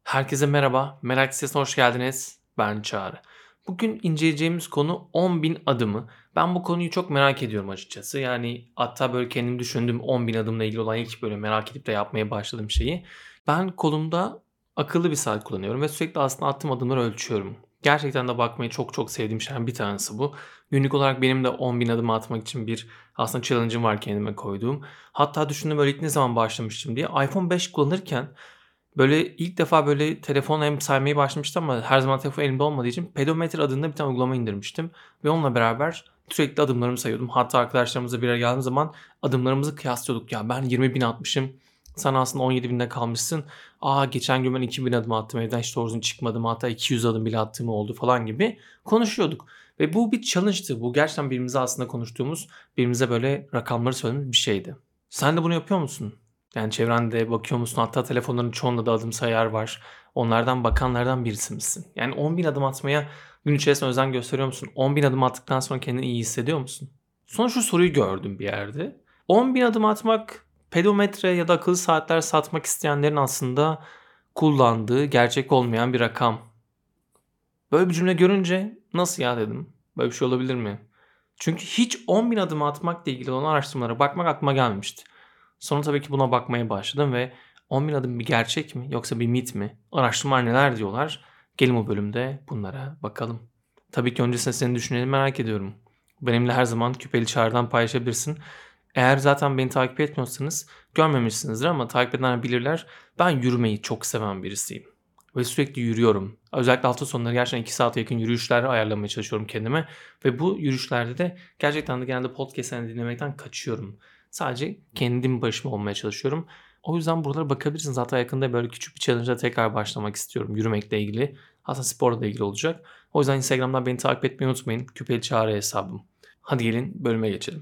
Herkese merhaba, Merak Listesi'ne hoş geldiniz. Ben Çağrı. Bugün inceleyeceğimiz konu 10.000 adımı. Ben bu konuyu çok merak ediyorum açıkçası. Yani hatta böyle kendim düşündüm 10.000 adımla ilgili olan ilk böyle merak edip de yapmaya başladığım şeyi. Ben kolumda akıllı bir saat kullanıyorum ve sürekli aslında attığım adımları ölçüyorum. Gerçekten de bakmayı çok çok sevdiğim şeylerden bir tanesi bu. Günlük olarak benim de 10.000 adım atmak için bir aslında challenge'ım var kendime koyduğum. Hatta düşündüm böyle ilk ne zaman başlamıştım diye. iPhone 5 kullanırken böyle, ilk defa, böyle, telefon hem saymaya başlamıştım ama her zaman telefon elimde olmadığı için Pedometre adında bir tane uygulama indirmiştim ve onunla beraber sürekli adımlarımı sayıyordum. Hatta arkadaşlarımızla bir araya geldiğimiz zaman adımlarımızı kıyaslıyorduk. "Ya, ben 20.000 atmışım, sen aslında 17.000'de kalmışsın. A, geçen gün ben 2.000 adım attım, evden hiç doğru düzgün çıkmadım, hatta 200 adım bile attığım oldu." falan gibi konuşuyorduk ve bu bir challenge'tı. Bu gerçekten birbirimize aslında konuştuğumuz, birbirimize, böyle, rakamları söylediğimiz bir şeydi. Sen de bunu yapıyor musun? Yani çevrende bakıyor musun? Hatta telefonların çoğunda da adım sayar var. Onlardan bakanlardan birisi misin? Yani 10.000 adım atmaya gün içerisinde özen gösteriyor musun? 10.000 adım attıktan sonra kendini iyi hissediyor musun? Sonra şu soruyu gördüm bir yerde. 10.000 adım atmak pedometre ya da akıllı saatler satmak isteyenlerin aslında kullandığı gerçek olmayan bir rakam. Böyle bir cümle görünce nasıl ya dedim. Böyle bir şey olabilir mi? Çünkü hiç 10.000 adım atmakla ilgili olan araştırmalara bakmak aklıma gelmemişti. Sonra tabii ki buna bakmaya başladım ve 10.000 adım bir gerçek mi yoksa bir mit mi? Araştırmalar neler diyorlar? Gelin bu bölümde bunlara bakalım. Tabii ki öncesinde senin düşüncelerini merak ediyorum. Benimle her zaman Küpeli Çağrı'dan paylaşabilirsin. Eğer zaten beni takip etmiyorsanız görmemişsinizdir ama takip edenler bilirler. Ben yürümeyi çok seven birisiyim. Ve sürekli yürüyorum. Özellikle hafta sonları gerçekten 2 saate yakın yürüyüşler ayarlamaya çalışıyorum kendime. Ve bu yürüyüşlerde de gerçekten de genelde podcast'lerini dinlemekten kaçıyorum. Sadece kendim başıma olmaya çalışıyorum. O yüzden buralara bakabilirsiniz. Hatta yakında böyle küçük bir challenge'a tekrar başlamak istiyorum yürümekle ilgili. Aslında sporla ilgili olacak. O yüzden Instagram'dan beni takip etmeyi unutmayın. Küpeli Çağrı hesabım. Hadi gelin bölüme geçelim.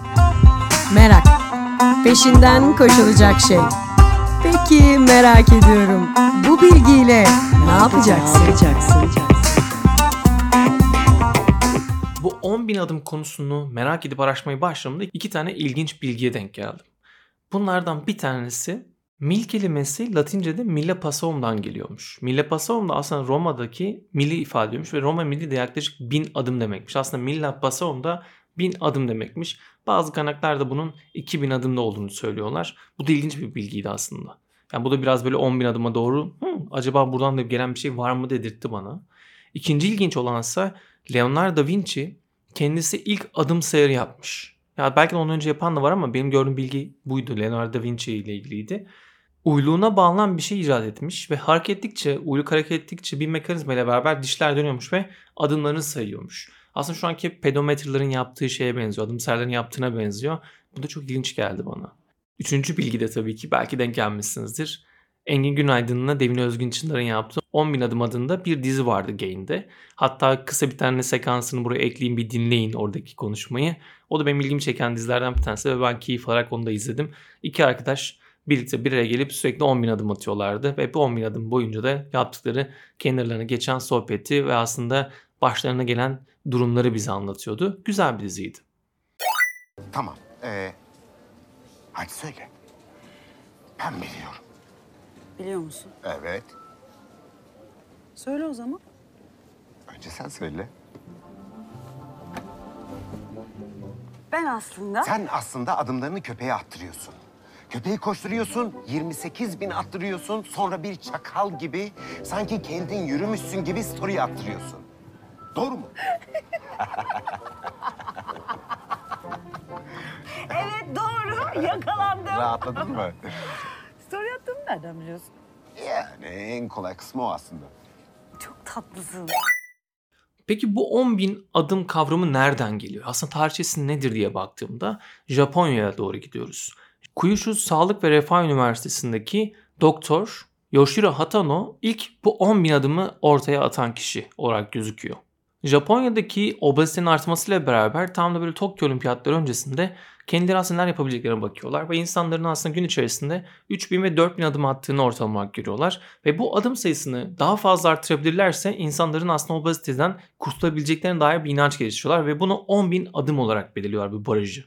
Merak. Peşinden koşulacak şey. Peki merak ediyorum. Bu bilgiyle ne yapacaksın? Bu 10.000 adım konusunu merak edip araştırmaya başladığımda 2 tane ilginç bilgiye denk geldim. Bunlardan bir tanesi mil kelimesi Latince'de mille passerum'dan geliyormuş. Mille passerum da aslında Roma'daki mili ifade ediyormuş ve Roma mili de yaklaşık 1000 adım demekmiş. Aslında mille passerum da 1000 adım demekmiş. Bazı kaynaklar da bunun 2000 adımda olduğunu söylüyorlar. Bu da ilginç bir bilgiydi aslında. Yani bu da biraz böyle 10.000 adıma doğru acaba buradan da gelen bir şey var mı dedirtti bana. İkinci ilginç olansa Leonardo da Vinci kendisi ilk adım sayarı yapmış. Ya belki de ondan önce yapan da var ama benim gördüğüm bilgi buydu. Leonardo da Vinci ile ilgiliydi. Uyluğuna bağlanan bir şey icat etmiş ve hareket ettikçe, uyluk hareket ettikçe bir mekanizma ile beraber dişler dönüyormuş ve adımlarını sayıyormuş. Aslında şu anki pedometrelerin yaptığı şeye benziyor. Adım sayarların yaptığına benziyor. Bu da çok ilginç geldi bana. Üçüncü bilgi de tabii ki belki denk gelmişsinizdir. Engin Günaydın'la Devin Özgün Çınar'ın yaptığı 10.000 adım adında bir dizi vardı Gain'de. Hatta kısa bir tane sekansını buraya ekleyeyim, bir dinleyin oradaki konuşmayı. O da benim ilgimi çeken dizilerden bir tanesi ve ben keyif alarak onu da izledim. İki arkadaş birlikte bir araya gelip sürekli 10.000 adım atıyorlardı ve bu 10.000 adım boyunca da yaptıkları kendilerine geçen sohbeti ve aslında başlarına gelen durumları bize anlatıyordu. Güzel bir diziydi. Tamam. Hadi söyle. Ben biliyorum. Biliyor musun? Evet. Söyle o zaman. Önce sen söyle. Sen aslında adımlarını köpeğe attırıyorsun. Köpeği koşturuyorsun, 28.000 attırıyorsun. Sonra bir çakal gibi, sanki kendin yürümüşsün gibi story attırıyorsun. Doğru mu? Evet doğru. Yakalandım. Rahatladın mı? Story attığımı nereden biliyorsun? Yani en kolay kısmı o aslında. Çok tatlısın. Peki bu 10.000 adım kavramı nereden geliyor? Aslında tarihçesi nedir diye baktığımda Japonya'ya doğru gidiyoruz. Kyushu Sağlık ve Refah Üniversitesi'ndeki doktor Yoshiro Hatano ilk bu 10.000 adımı ortaya atan kişi olarak gözüküyor. Japonya'daki obezitenin artmasıyla beraber tam da böyle Tokyo Olimpiyatları öncesinde kendileri aslında neler yapabileceklerine bakıyorlar ve insanların aslında gün içerisinde 3.000 ve 4.000 adım attığını ortalama olarak görüyorlar. Ve bu adım sayısını daha fazla arttırabilirlerse insanların aslında obeziteden kurtulabileceklerine dair bir inanç geliştiriyorlar ve bunu 10.000 adım olarak belirliyorlar bu barajı.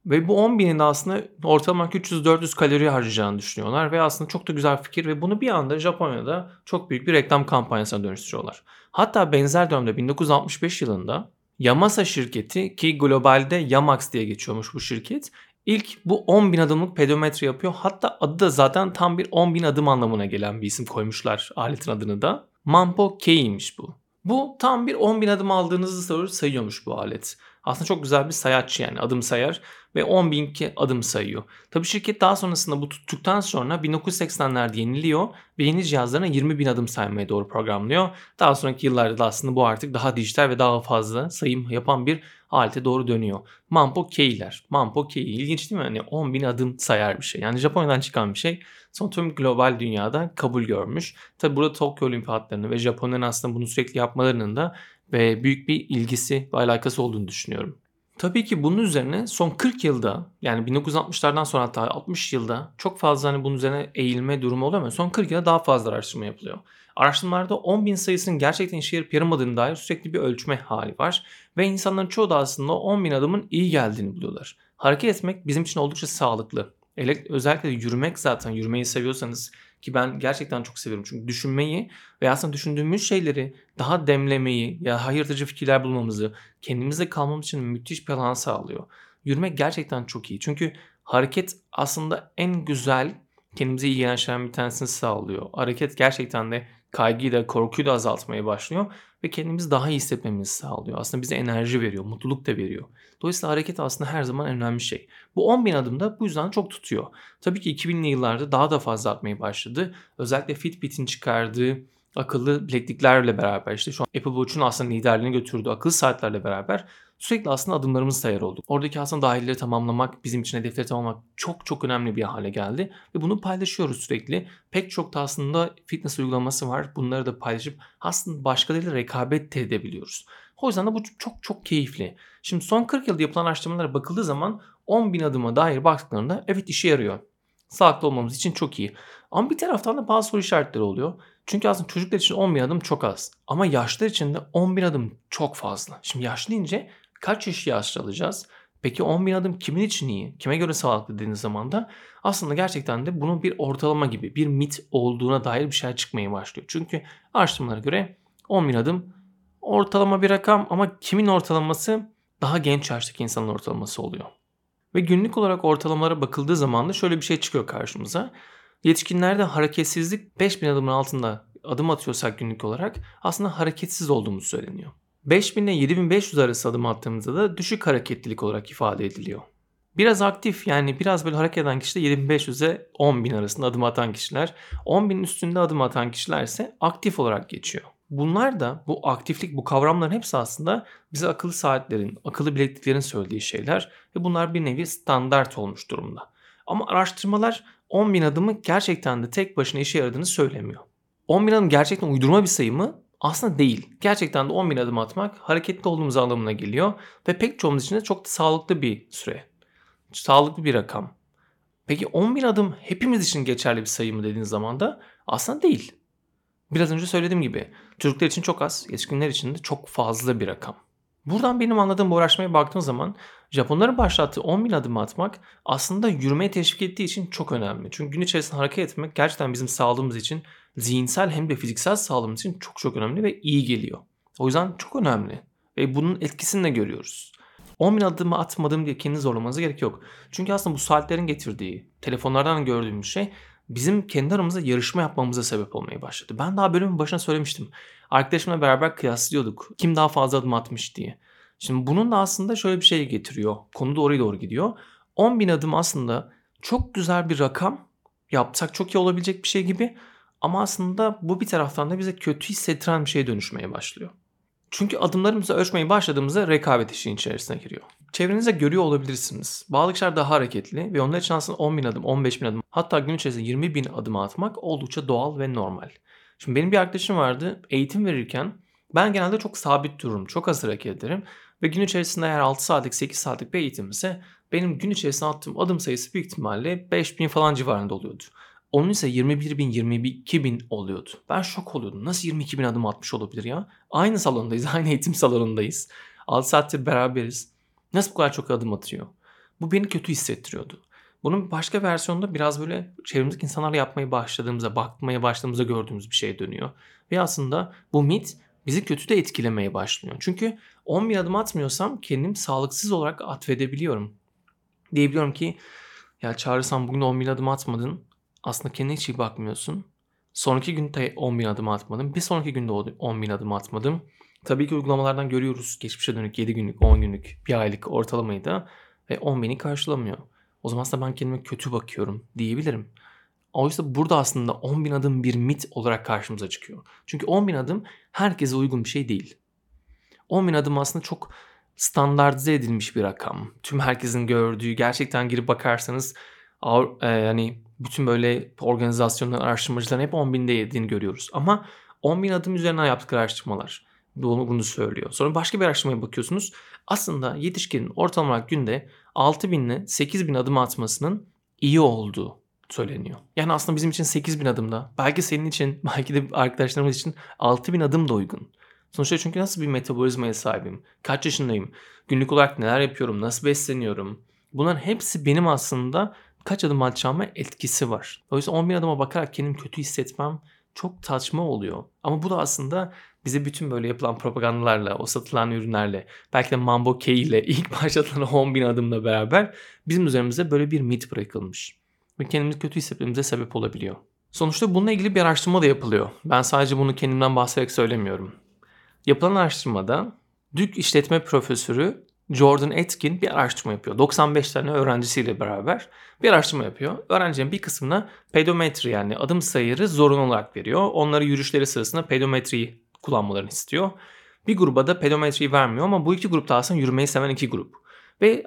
Ve bu 10.000'in de aslında ortalama 300-400 kalori harcayacağını düşünüyorlar ve aslında çok da güzel fikir ve bunu bir anda Japonya'da çok büyük bir reklam kampanyasına dönüştürüyorlar. Hatta benzer dönemde 1965 yılında Yamasa şirketi, ki globalde Yamax diye geçiyormuş bu şirket, ilk bu 10.000 adımlık pedometre yapıyor. Hatta adı da zaten tam bir 10.000 adım anlamına gelen bir isim koymuşlar aletin adını da. Manpo Kei'ymiş bu. Bu tam bir 10.000 adım aldığınızı sayıyormuş bu alet. Aslında çok güzel bir sayaççı, yani adım sayar ve 10.000 adım sayıyor. Tabii şirket daha sonrasında bu tuttuktan sonra 1980'lerde yeniliyor ve yeni cihazlarına 20.000 adım saymaya doğru programlıyor. Daha sonraki yıllarda da aslında bu artık daha dijital ve daha fazla sayım yapan bir alete doğru dönüyor. Manpo Kei'ler. Manpo Kei ilginç değil mi? Hani 10.000 adım sayar bir şey. Yani Japonya'dan çıkan bir şey. Sonra tüm global dünyada kabul görmüş. Tabii burada Tokyo Olimpiyatlarını ve Japonya'nın aslında bunu sürekli yapmalarının da ve büyük bir ilgisi ve alakası olduğunu düşünüyorum. Tabii ki bunun üzerine son 40 yılda, yani 1960'lardan sonra hatta 60 yılda çok fazla hani bunun üzerine eğilme durumu oluyor ama son 40 yılda daha fazla araştırma yapılıyor. Araştırmalarda 10.000 sayısının gerçekten işe yarayıp yaramadığına dair sürekli bir ölçme hali var. Ve insanların çoğu da aslında 10.000 adımın iyi geldiğini buluyorlar. Hareket etmek bizim için oldukça sağlıklı. Özellikle de yürümek, zaten yürümeyi seviyorsanız, ki ben gerçekten çok seviyorum. Çünkü düşünmeyi ve aslında düşündüğümüz şeyleri daha demlemeyi, ya hayırtıcı fikirler bulmamızı, kendimizde kalmamız için müthiş bir alan sağlıyor. Yürümek gerçekten çok iyi. Çünkü hareket aslında en güzel, kendimize iyi gelen şeylerden bir tanesini sağlıyor. Hareket gerçekten de kaygıyı da korkuyu da azaltmaya başlıyor ve kendimizi daha iyi hissetmemizi sağlıyor. Aslında bize enerji veriyor, mutluluk da veriyor. Dolayısıyla hareket aslında her zaman en önemli şey. Bu 10.000 adım da bu yüzden çok tutuyor. Tabii ki 2000'li yıllarda daha da fazla atmaya başladı. Özellikle Fitbit'in çıkardığı akıllı bilekliklerle beraber, işte şu an Apple Watch'un aslında liderliğini götürdüğü akıllı saatlerle beraber sürekli aslında adımlarımızı sayar olduk. Oradaki aslında dahilleri tamamlamak, bizim için hedefleri tamamlamak çok çok önemli bir hale geldi. Ve bunu paylaşıyoruz sürekli. Pek çok da aslında fitness uygulaması var. Bunları da paylaşıp aslında başkalarıyla rekabet de edebiliyoruz. O yüzden de bu çok çok keyifli. Şimdi son 40 yılda yapılan araştırmalara bakıldığı zaman 10.000 adıma dair baktıklarında evet işe yarıyor. Sağlıklı olmamız için çok iyi. Ama bir taraftan da bazı soru işaretleri oluyor. Çünkü aslında çocuklar için 10.000 adım çok az. Ama yaşlılar için de 10.000 adım çok fazla. Şimdi yaşlı deyince kaç yaş yaşlı alacağız? Peki 10.000 adım kimin için iyi? Kime göre sağlıklı dediğiniz zaman da aslında gerçekten de bunun bir ortalama gibi, bir mit olduğuna dair bir şey çıkmaya başlıyor. Çünkü araştırmalara göre 10.000 adım ortalama bir rakam ama kimin ortalaması? Daha genç yaştaki insanın ortalaması oluyor. Ve günlük olarak ortalamalara bakıldığı zaman da şöyle bir şey çıkıyor karşımıza. Yetişkinlerde hareketsizlik 5.000 adımın altında adım atıyorsak günlük olarak aslında hareketsiz olduğumuz söyleniyor. 5.000 ile 7.500 arası adım attığımızda da düşük hareketlilik olarak ifade ediliyor. Biraz aktif, yani biraz böyle hareket eden kişi de 7.500'e 10.000 arasında adım atan kişiler. 10.000'in üstünde adım atan kişiler ise aktif olarak geçiyor. Bunlar da, bu aktiflik, bu kavramların hepsi aslında bize akıllı saatlerin, akıllı bilekliklerin söylediği şeyler ve bunlar bir nevi standart olmuş durumda. Ama araştırmalar 10.000 adımı gerçekten de tek başına işe yaradığını söylemiyor. 10.000 adım gerçekten uydurma bir sayı mı? Aslında değil. Gerçekten de 10.000 adım atmak hareketli olduğumuz anlamına geliyor ve pek çoğumuz için de çok da sağlıklı bir süre. Sağlıklı bir rakam. Peki 10.000 adım hepimiz için geçerli bir sayı mı dediğiniz zaman da aslında değil. Biraz önce söylediğim gibi çocuklar için çok az, yetişkinler için de çok fazla bir rakam. Buradan benim anladığım bu uğraşmaya baktığım zaman Japonların başlattığı 10.000 adım atmak aslında yürümeye teşvik ettiği için çok önemli. Çünkü gün içerisinde hareket etmek gerçekten bizim sağlığımız için, zihinsel hem de fiziksel sağlığımız için çok çok önemli ve iyi geliyor. O yüzden çok önemli ve bunun etkisini de görüyoruz. 10.000 adımı atmadım diye kendinizi zorlamanıza gerek yok. Çünkü aslında bu saatlerin getirdiği, telefonlardan gördüğümüz şey bizim kendi aramızda yarışma yapmamıza sebep olmaya başladı. Ben daha bölümün başına söylemiştim. Arkadaşımla beraber kıyaslıyorduk. Kim daha fazla adım atmış diye. Şimdi bunun da aslında şöyle bir şey getiriyor. Konu da oraya doğru gidiyor. 10.000 adım aslında çok güzel bir rakam. Yapsak çok iyi olabilecek bir şey gibi. Ama aslında bu bir taraftan da bize kötü hissettiren bir şeye dönüşmeye başlıyor. Çünkü adımlarımızı ölçmeye başladığımızda rekabet işin içerisine giriyor. Çevrenizde görüyor olabilirsiniz. Bazı kişiler daha hareketli ve onlar için aslında 10.000 adım, 15.000 adım, hatta gün içerisinde 20.000 adım atmak oldukça doğal ve normal. Şimdi benim bir arkadaşım vardı. Eğitim verirken ben genelde çok sabit dururum, çok az hareket ederim. Ve gün içerisinde eğer 6 saatlik, 8 saatlik bir eğitim ise benim gün içerisinde attığım adım sayısı büyük ihtimalle 5.000 falan civarında oluyordu. Onun ise 21.000, 22.000 oluyordu. Ben şok oluyordum. Nasıl 22.000 adım atmış olabilir ya? Aynı salondayız, aynı eğitim salonundayız. 6 saattir beraberiz. Nasıl bu kadar çok adım atıyor? Bu beni kötü hissettiriyordu. Bunun başka versiyonunda biraz böyle çevremizdeki insanlarla yapmaya başladığımızda, bakmaya başladığımızda gördüğümüz bir şeye dönüyor. Ve aslında bu mit bizi kötü de etkilemeye başlıyor. Çünkü 10.000 adım atmıyorsam kendimi sağlıksız olarak atfedebiliyorum. Diyebiliyorum ki ya Çağrı sen bugün 10.000 adım atmadın. Aslında kendine hiç iyi bakmıyorsun. Sonraki gün de 10.000 adım atmadım. Bir sonraki günde 10.000 adım atmadım. Tabii ki uygulamalardan görüyoruz. Geçmişe dönük 7 günlük, 10 günlük, bir aylık ortalamayı da ve 10.000'i karşılamıyor. O zaman aslında ben kendime kötü bakıyorum diyebilirim. Oysa burada aslında 10.000 adım bir mit olarak karşımıza çıkıyor. Çünkü 10.000 adım herkese uygun bir şey değil. 10.000 adım aslında çok standartize edilmiş bir rakam. Tüm herkesin gördüğü, gerçekten girip bakarsanız yani bütün böyle organizasyonların, araştırmacıların hep 10.000'de yediğini görüyoruz. Ama 10.000 adım üzerinden yaptıkları araştırmalar bunu söylüyor. Sonra başka bir araştırmaya bakıyorsunuz. Aslında yetişkinin ortalama olarak günde 6.000 ile 8.000 adım atmasının iyi olduğu söyleniyor. Yani aslında bizim için 8.000 adım da, belki senin için, belki de arkadaşlarımız için 6.000 adım da uygun. Sonuçta çünkü nasıl bir metabolizmaya sahibim, kaç yaşındayım, günlük olarak neler yapıyorum, nasıl besleniyorum. Bunların hepsi benim aslında kaç adım atacağıma etkisi var. O yüzden 10.000 adıma bakarak kendimi kötü hissetmem çok saçma oluyor. Ama bu da aslında bize bütün böyle yapılan propagandalarla, o satılan ürünlerle, belki de Mambo K ile ilk başlatılan 10.000 adımla beraber bizim üzerimize böyle bir mit bırakılmış. Ve kendimizi kötü hissetmemize sebep olabiliyor. Sonuçta bununla ilgili bir araştırma da yapılıyor. Ben sadece bunu kendimden bahsederek söylemiyorum. Yapılan araştırmada Duke işletme profesörü Jordan Etkin bir araştırma yapıyor. 95 tane öğrencisiyle beraber bir araştırma yapıyor. Öğrencilerin bir kısmına pedometri yani adım sayıları zorunlu olarak veriyor. Onları yürüyüşleri sırasında pedometriyi kullanmalarını istiyor. Bir gruba da pedometriyi vermiyor ama bu iki grupta aslında yürümeyi seven iki grup. Ve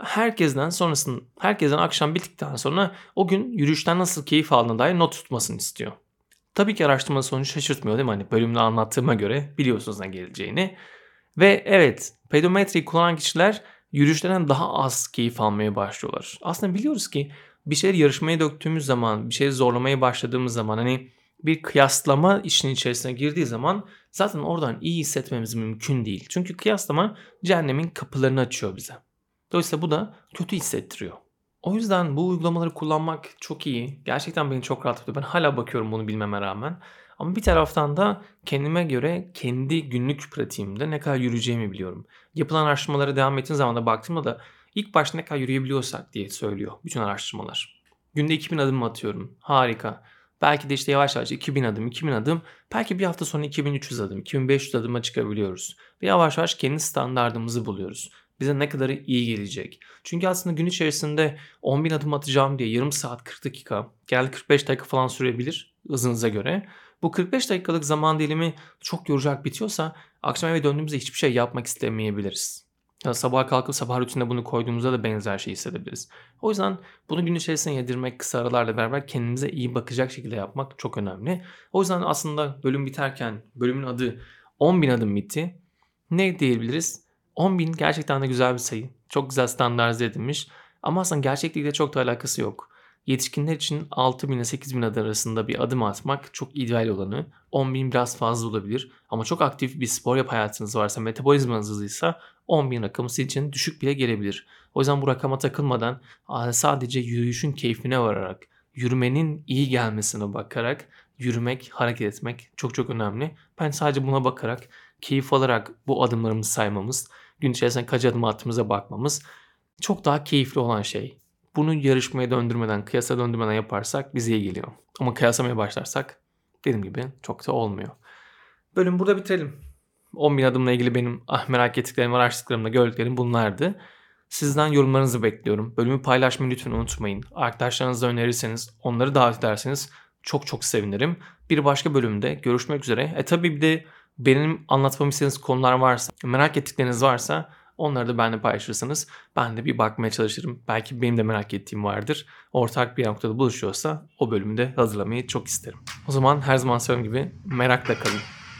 herkesten akşam bittikten sonra o gün yürüyüşten nasıl keyif aldığına dair not tutmasını istiyor. Tabii ki araştırma sonucu şaşırtmıyor değil mi? Hani bölümde anlattığıma göre biliyorsunuz ne geleceğini. Ve evet, pedometri kullanan kişiler yürüyüşlerden daha az keyif almaya başlıyorlar. Aslında biliyoruz ki bir şeyleri yarışmaya döktüğümüz zaman, bir şeyleri zorlamaya başladığımız zaman hani bir kıyaslama işin içerisine girdiği zaman zaten oradan iyi hissetmemiz mümkün değil. Çünkü kıyaslama cehennemin kapılarını açıyor bize. Dolayısıyla bu da kötü hissettiriyor. O yüzden bu uygulamaları kullanmak çok iyi. Gerçekten beni çok rahatlatıyor. Ben hala bakıyorum bunu bilmeme rağmen. Ama bir taraftan da kendime göre kendi günlük pratiğimde ne kadar yürüyeceğimi biliyorum. Yapılan araştırmalara devam ettiğim zaman da baktığımda da ilk başta ne kadar yürüyebiliyorsak diye söylüyor bütün araştırmalar. Günde 2.000 adım atıyorum. Harika. Belki de işte yavaş yavaş 2.000 adım. Belki bir hafta sonra 2.300 adım, 2.500 adıma çıkabiliyoruz. Ve yavaş yavaş kendi standardımızı buluyoruz. Bize ne kadar iyi gelecek. Çünkü aslında gün içerisinde 10.000 adım atacağım diye yarım saat 40 dakika, genelde 45 dakika falan sürebilir hızınıza göre. Bu 45 dakikalık zaman dilimi çok yoracak bitiyorsa akşam eve döndüğümüzde hiçbir şey yapmak istemeyebiliriz. Ya sabah kalkıp sabah rutinine bunu koyduğumuzda da benzer şey hissedebiliriz. O yüzden bunu gün içerisinde yedirmek, kısa aralarla beraber kendimize iyi bakacak şekilde yapmak çok önemli. O yüzden aslında bölüm biterken bölümün adı 10.000 adım miti. Ne diyebiliriz? 10.000 gerçekten de güzel bir sayı. Çok güzel standartize edilmiş. Ama aslında gerçeklikle çok da alakası yok. Yetişkinler için 6.000 ile 8.000 adım arasında bir adım atmak çok ideal olanı. 10.000 biraz fazla olabilir. Ama çok aktif bir spor hayatınız varsa, metabolizmanız hızlıysa 10.000 rakamı sizin için düşük bile gelebilir. O yüzden bu rakama takılmadan sadece yürüyüşün keyfine vararak, yürümenin iyi gelmesine bakarak yürümek, hareket etmek çok çok önemli. Ben sadece buna bakarak, keyif alarak bu adımlarımızı saymamız, gün içerisinde kaç adım attığımıza bakmamız çok daha keyifli olan şey. Bunu yarışmaya döndürmeden, kıyasa döndürmeden yaparsak bize iyi geliyor. Ama kıyaslamaya başlarsak dediğim gibi çok da olmuyor. Bölüm burada bitirelim. 10.000 adımla ilgili benim merak ettiklerim, araştırdıklarım, gördüklerim bunlardı. Sizden yorumlarınızı bekliyorum. Bölümü paylaşmayı lütfen unutmayın. Arkadaşlarınıza önerirseniz, onları davet ederseniz çok çok sevinirim. Bir başka bölümde görüşmek üzere. Tabii bir de benim anlatmamı istediğiniz konular varsa, merak ettikleriniz varsa onları da benimle paylaşırsanız ben de bir bakmaya çalışırım. Belki benim de merak ettiğim vardır. Ortak bir noktada buluşuyorsa o bölümü de hazırlamayı çok isterim. O zaman her zaman söylediğim gibi merakla kalın.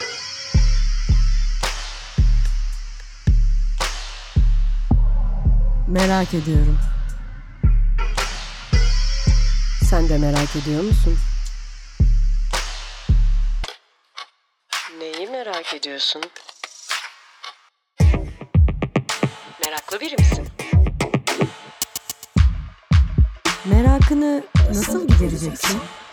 Merak ediyorum. Sen de merak ediyor musun? Neyi merak ediyorsun? Meraklı biri misin? farkını nasıl gidereceksin?